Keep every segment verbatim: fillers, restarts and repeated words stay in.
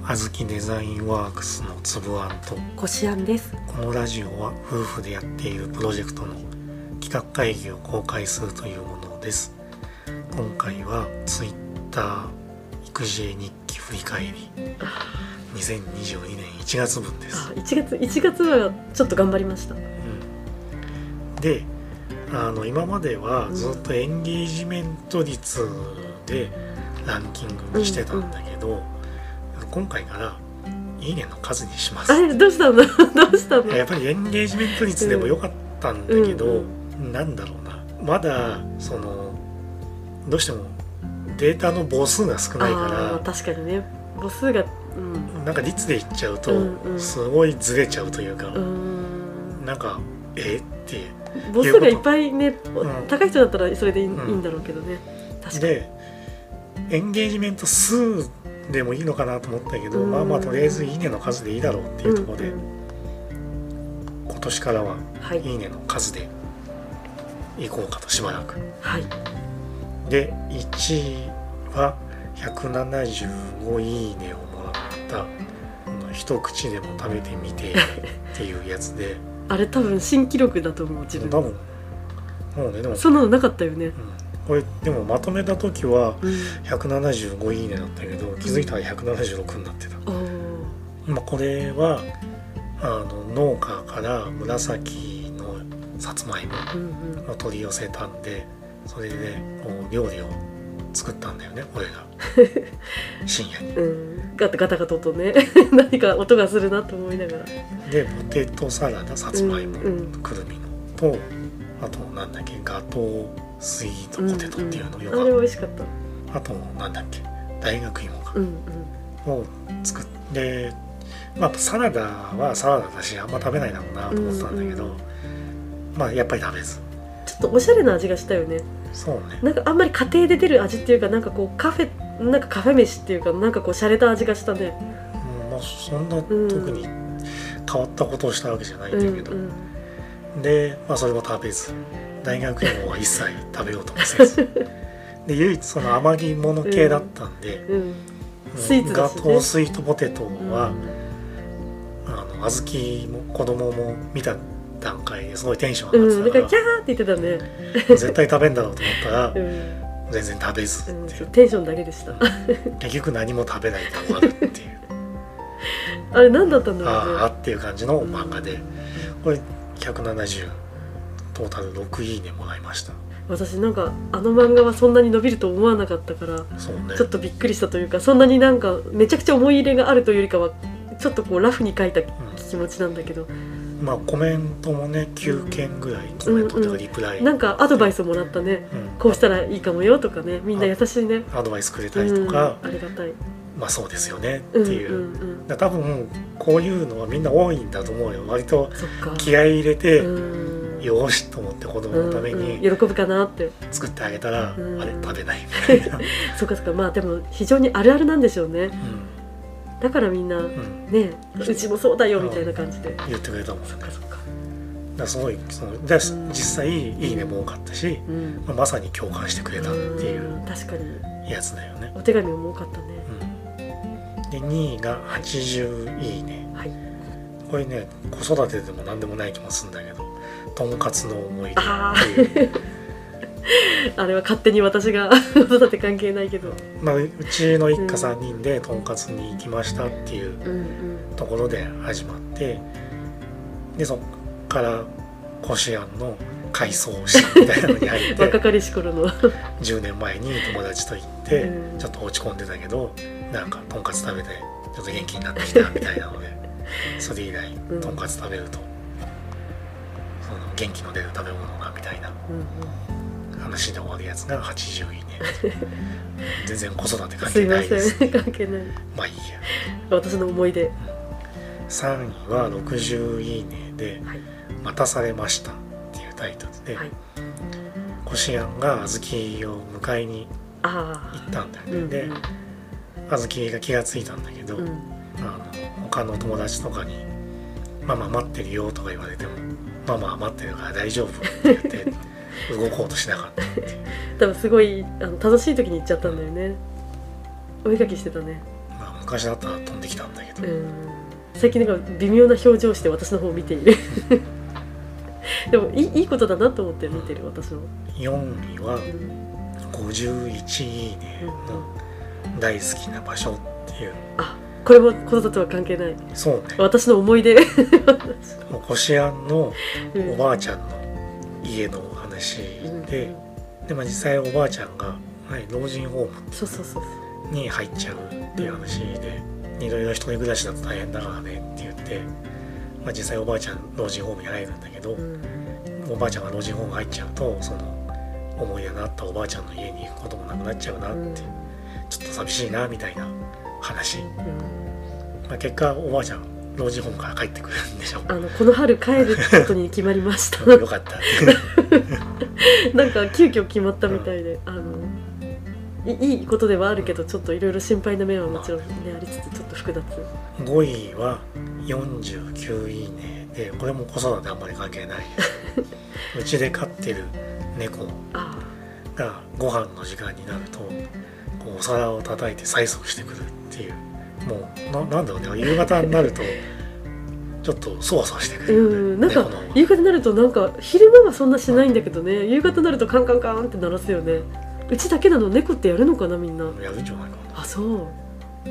あずきデザインワークスのつぶあんとこしあんです。 このラジオは夫婦でやっているプロジェクトの企画会議を公開するというものです。今回はツイッター育児絵日記振り返りにせんにじゅうにねんいちがつぶんです。 あ、いちがついちがつはちょっと頑張りました、うん、 であの今まではずっとエンゲージメント率でランキングにしてたんだけど、うんうん、今回からいいねの数にします。 あれどうしたのどうしたの。 やっぱりエンゲージメント率でも良かったんだけど、うんうん、なんだろうな、まだそのどうしてもデータの母数が少ないから、 あ、確かにね、母数が、うん、 なんか率でいっちゃうとすごいずれちゃうというか、うん、なんかえっていう母数がいっぱいね、うん、高い人だったらそれでいい、うん、いいんだろうけどね。確かに。でエンゲージメント数でもいいのかなと思ったけど、まあまあとりあえずいいねの数でいいだろうっていうところで、うんうん、今年からはいいねの数でいこうかとしばらく、 はい、 でいちいはひゃくななじゅうごいいねをもらった一口でも食べてみてっていうやつであれ多分新記録だと思う。自分多分もうね、でもそんなのなかったよね、うん、 これでもまとめた時はひゃくななじゅうごいいねだったけど、うん、気づいたらひゃくななじゅうろくになってた、うん、今これはあの農家から紫のさつまいもを取り寄せたんで、それでこう料理を作ったんだよね、俺が深夜に、うん、 ガタガタガタとね何か音がするなと思いながら、 でポテトサラダさつまいも、うんうん、くるみのとあとなんだっけガトースイートポテトっていうのよく、 うんうん、あれ美味しかった。 あとなんだっけ大学芋か、 うんうん、 を作って、まあサラダはサラダだしあんま食べないだろうなと思ってたんだけど、うんうん、まあやっぱり食べず、 ちょっとおしゃれな味がしたよね。 そうね、 なんかあんまり家庭で出る味っていうか、なんかこうカフェなんかカフェ飯っていうか、なんかこう洒落た味がしたね。 うん、まあそんな特に変わったことをしたわけじゃないんだけど、うんうん、で、まあ、それも食べず、大学芋は一切食べようともせずで唯一その甘いもの系だったんで、うんうん、スイーツだしね、ガトースイートポテトは、うん、あの小豆も子供も見た段階ですごいテンション上がってたから、うん、だからキャーって言ってたね絶対食べんだろうと思ったら、うん、全然食べずっていう、 うん、テンションだけでした、うん、 結局何も食べないで終わるっていうあれ何だったんだろうね、 ああっていう感じの漫画で、うん、これひゃくななじゅうトータルろくいいねもらいました。 私なんかあの漫画はそんなに伸びると思わなかったから、 そうね、 ちょっとびっくりしたというか、そんなになんかめちゃくちゃ思い入れがあるというよりかはちょっとこうラフに書いた気持ちなんだけど、 うん、まあコメントもねきゅうけんぐらいコメントとかリプライ、 うんうん、なんかアドバイスもらったね、うん、こうしたらいいかもよとかね、みんな優しいね、 アドバイスくれたりとか、 うん、ありがたい、 まあそうですよねっていう、うんうんうん、だ多分こういうのはみんな多いんだと思うよ。割と気合い入れて、うん、よしと思って子供のために、 うんうん、喜ぶかなって作ってあげたら、うん、あれ食べないみたいなそうかそうか、まあでも非常にあるあるなんでしょうね、うん、だからみんな、うん、ね、うちもそうだよみたいな感じで言ってくれたもんね。そっかそっか、だすごいそので、うん、実際いいねも多かったし、うん、まあ、まさに共感してくれたっていう確かにやつだよね。 お手紙も多かったね、 うん、でにいがはちじゅういいね、はい、これね子育てでも何でもない気もするんだけど、とんかつの思い出っていうあれは勝手に私が子育て関係ないけど、 まあ、うちの一家さんにんでとんかつに行きましたっていうところで始まって、でそっからこしあんの改装したみたいなのに入って若かりし頃のじゅうねんまえに友達と行ってちょっと落ち込んでたけど、なんかとんかつ食べてちょっと元気になってきたみたいなのでそれ以来とんかつ食べるとその元気の出る食べ物だみたいな話で終わるやつがはちじゅういいね全然子育て関係ないです。 すいません関係ない、 まあいいや、 私の思い出、うん、 さんいはろくじゅういいねで、はい、待たされましたっていうタイトルで、はい、こしあんがあずきを迎えに行ったんだよね、うん、であずきが気がついたんだけど、うん、あの他の友達とかに「ママ待ってるよ」とか言われても「ママは待ってるから大丈夫」って言って動こうとしなかったっていう多分すごいあの楽しい時に行っちゃったんだよね。お絵かきしてたね。 まあ昔だったら飛んできたんだけど、 うん、最近なんか微妙な表情して私の方を見ているでもいい、いいことだなと思って見てる私も。 よんいはごじゅういちいいねの大好きな場所っていう、うん、 あ、これも子育ては関係ない。 そうね、 私の思い出もうこしあんのおばあちゃんの家の話で、うん、で、まあ、実際おばあちゃんが、はい、老人ホームに入っちゃうっていう話で、いろいろ一人暮らしだと大変だからねって言って、まあ、実際おばあちゃん老人ホームに入るんだけど、うん、おばあちゃんが老人ホーム入っちゃうとその思い出のあったおばあちゃんの家に行くこともなくなっちゃうなって、うん、ちょっと寂しいなみたいな話、うん、まあ、結果おばあちゃん老人ホームから帰ってくるんでしょ。 あのこの春帰ることに決まりましたよかったなんか急遽決まったみたいで、うん、あのいいことではあるけどちょっといろいろ心配な面はもちろん、ね、ありつつちょっと複雑。 ごいはよんじゅうきゅういいねで、これも子育てあんまり関係ないうちで飼ってる猫がご飯の時間になるとこうお皿を叩いて催促してくるっていう、もう な, なんだろうね、夕方になるとちょっとそわそわしてくるよね。 うん、なんか夕方になるとなんか昼間はそんなしないんだけどね、夕方になるとカンカンカンって鳴らすよね。うちだけなの？猫ってやるのかな、みんな。 やるんじゃないかな。 あ、そう。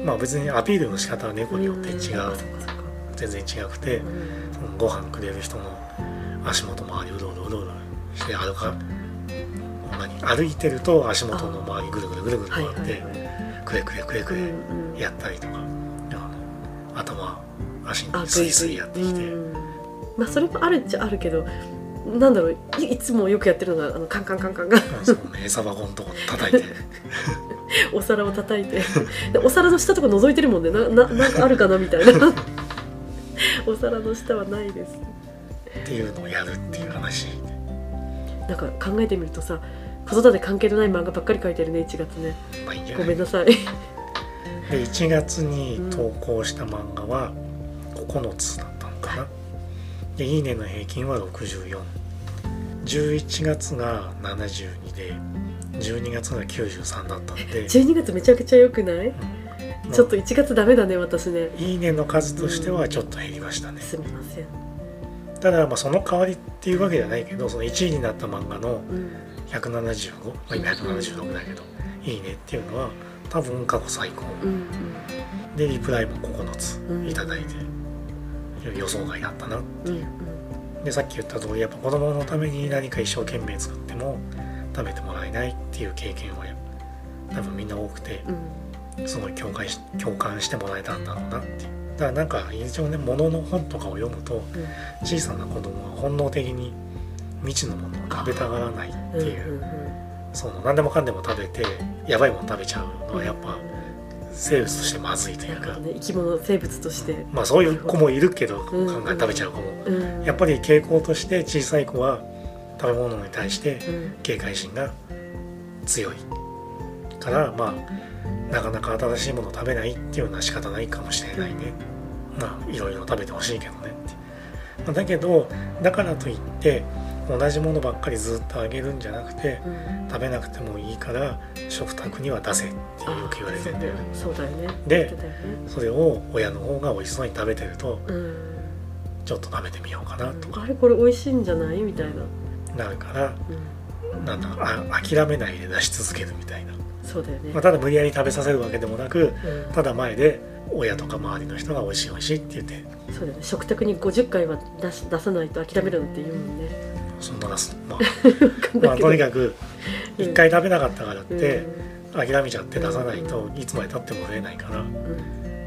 まあ別にアピールの仕方は猫によって違う、全然違くて、ご飯くれる人の足元周りうろうろうろうろして歩か何歩いてると足元の周りぐるぐるぐるぐる回ってくれくれくれくれやったりとか、あの頭足にスイスイやってきて、 まあそれもあるっちゃあるけど、なんだろう、 い, いつもよくやってるのがあのカンカンカンカンがそうね、餌箱のとこ叩いてお皿を叩いてでお皿の下とか覗いてるもんね。 な, な, なんかあるかなみたいなお皿の下はないですっていうのをやるっていう話。 なんか考えてみるとさ、子育て関係のない漫画ばっかり描いてるね、いちがつね。 まあいいんじゃない。 ごめんなさいでいちがつに投稿した漫画はここのつだったのかな、でいいねの平均はろくじゅうよん、じゅういちがつがななじゅうにでじゅうにがつがきゅうじゅうさんだったんで、 じゅうにがつめちゃくちゃ良くない、うん、ちょっといちがつダメだね私ね。 いいねの数としてはちょっと減りましたね、うん、 すみません。 ただまあその代わりっていうわけじゃないけど、そのいちいになった漫画のひゃくななじゅうご、まあ、今ひゃくななじゅうろくだけど、うん、いいねっていうのは多分過去最高、うんうん、でリプライもここのついただいて、うん、予想外だったなっていう、うんうん、でさっき言った通りやっぱ子供のために何か一生懸命作っても食べてもらえないっていう経験は多分みんな多くて、うん、すごい共感し、共感してもらえたんだろうなっていう。だからなんか一応ね、物の本とかを読むと、うん、小さな子供は本能的に未知のものを食べたがらないっていう、うんうんうん、その何でもかんでも食べてやばいもの食べちゃうのはやっぱ生物としてまずいというか、 ね、生き物生物としてまあそういう子もいるけど、考え食べちゃう子も、うんうん、やっぱり傾向として小さい子は食べ物に対して警戒心が強いから、まあなかなか新しいものを食べないっていうのは仕方ないかもしれないね、まあいろいろ食べてほしいけどねって、まあ、だけどだからといって同じものばっかりずっとあげるんじゃなくて、うん、食べなくてもいいから食卓には出せってよく言われてるんだよね。 そうだよね。 で、 ね、 それを親の方が美味しそうに食べてると、うん、ちょっと食べてみようかなとか、 うん、あれこれ美味しいんじゃないみたいななるから、うん、なんだあ諦めないで出し続けるみたいな。 そうだよね。 まあ、ただ無理やり食べさせるわけでもなく、うん、ただ前で親とか周りの人が美味しい美味しいって言って、 そうだよね、食卓にごじゅっかいは出し出さないと諦めるのって言うもんね。 そんな出すの、まあ、まあとにかくいっかい食べなかったからって、うん、諦めちゃって出さないといつまで経っても増えないから、うん、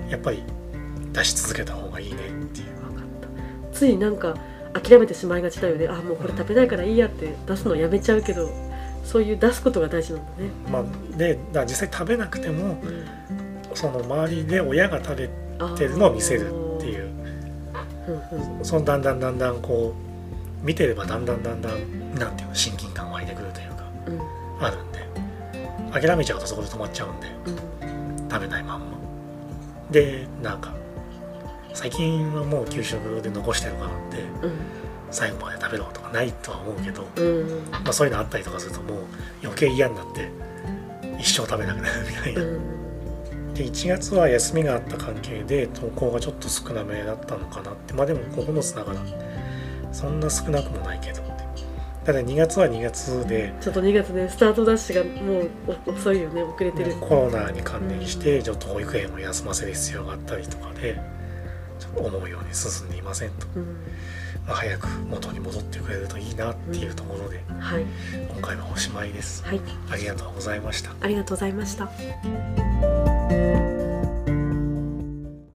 やっぱり出し続けた方がいいねっていう。 分かった。ついなんか諦めてしまいがちだよね。あもうこれ食べないからいいやって出すのやめちゃうけど、そういう出すことが大事なんだね。 まあ、でだ実際食べなくても、うん、その周りで親が食べてるのを見せるっていう、うんうん、そのだんだんだんだんこう見てればだんだんだんだんなんていうの親近感湧いてくるというか、うん、あるんで諦めちゃうとそこで止まっちゃうんで、うん、食べないまんまでなんか最近はもう給食で残してるからって、うん、最後まで食べろとかないとは思うけど、うんまあ、そういうのあったりとかするともう余計嫌になって一生食べなくなるみたいな、うん、ってでいちがつは休みがあった関係で投稿がちょっと少なめだったのかなって。まあでもここのつだからそんな少なくもないけどって。ただにがつはにがつでちょっとにがつねスタートダッシュがもう遅いよね、遅れてる。 コロナに関連してちょっと保育園を休ませる必要があったりとかでちょっと思うように進んでいませんと、うん、まあ、早く元に戻ってくれるといいなっていうところで、うん、はい、今回はおしまいです、はい、ありがとうございました。 ありがとうございました。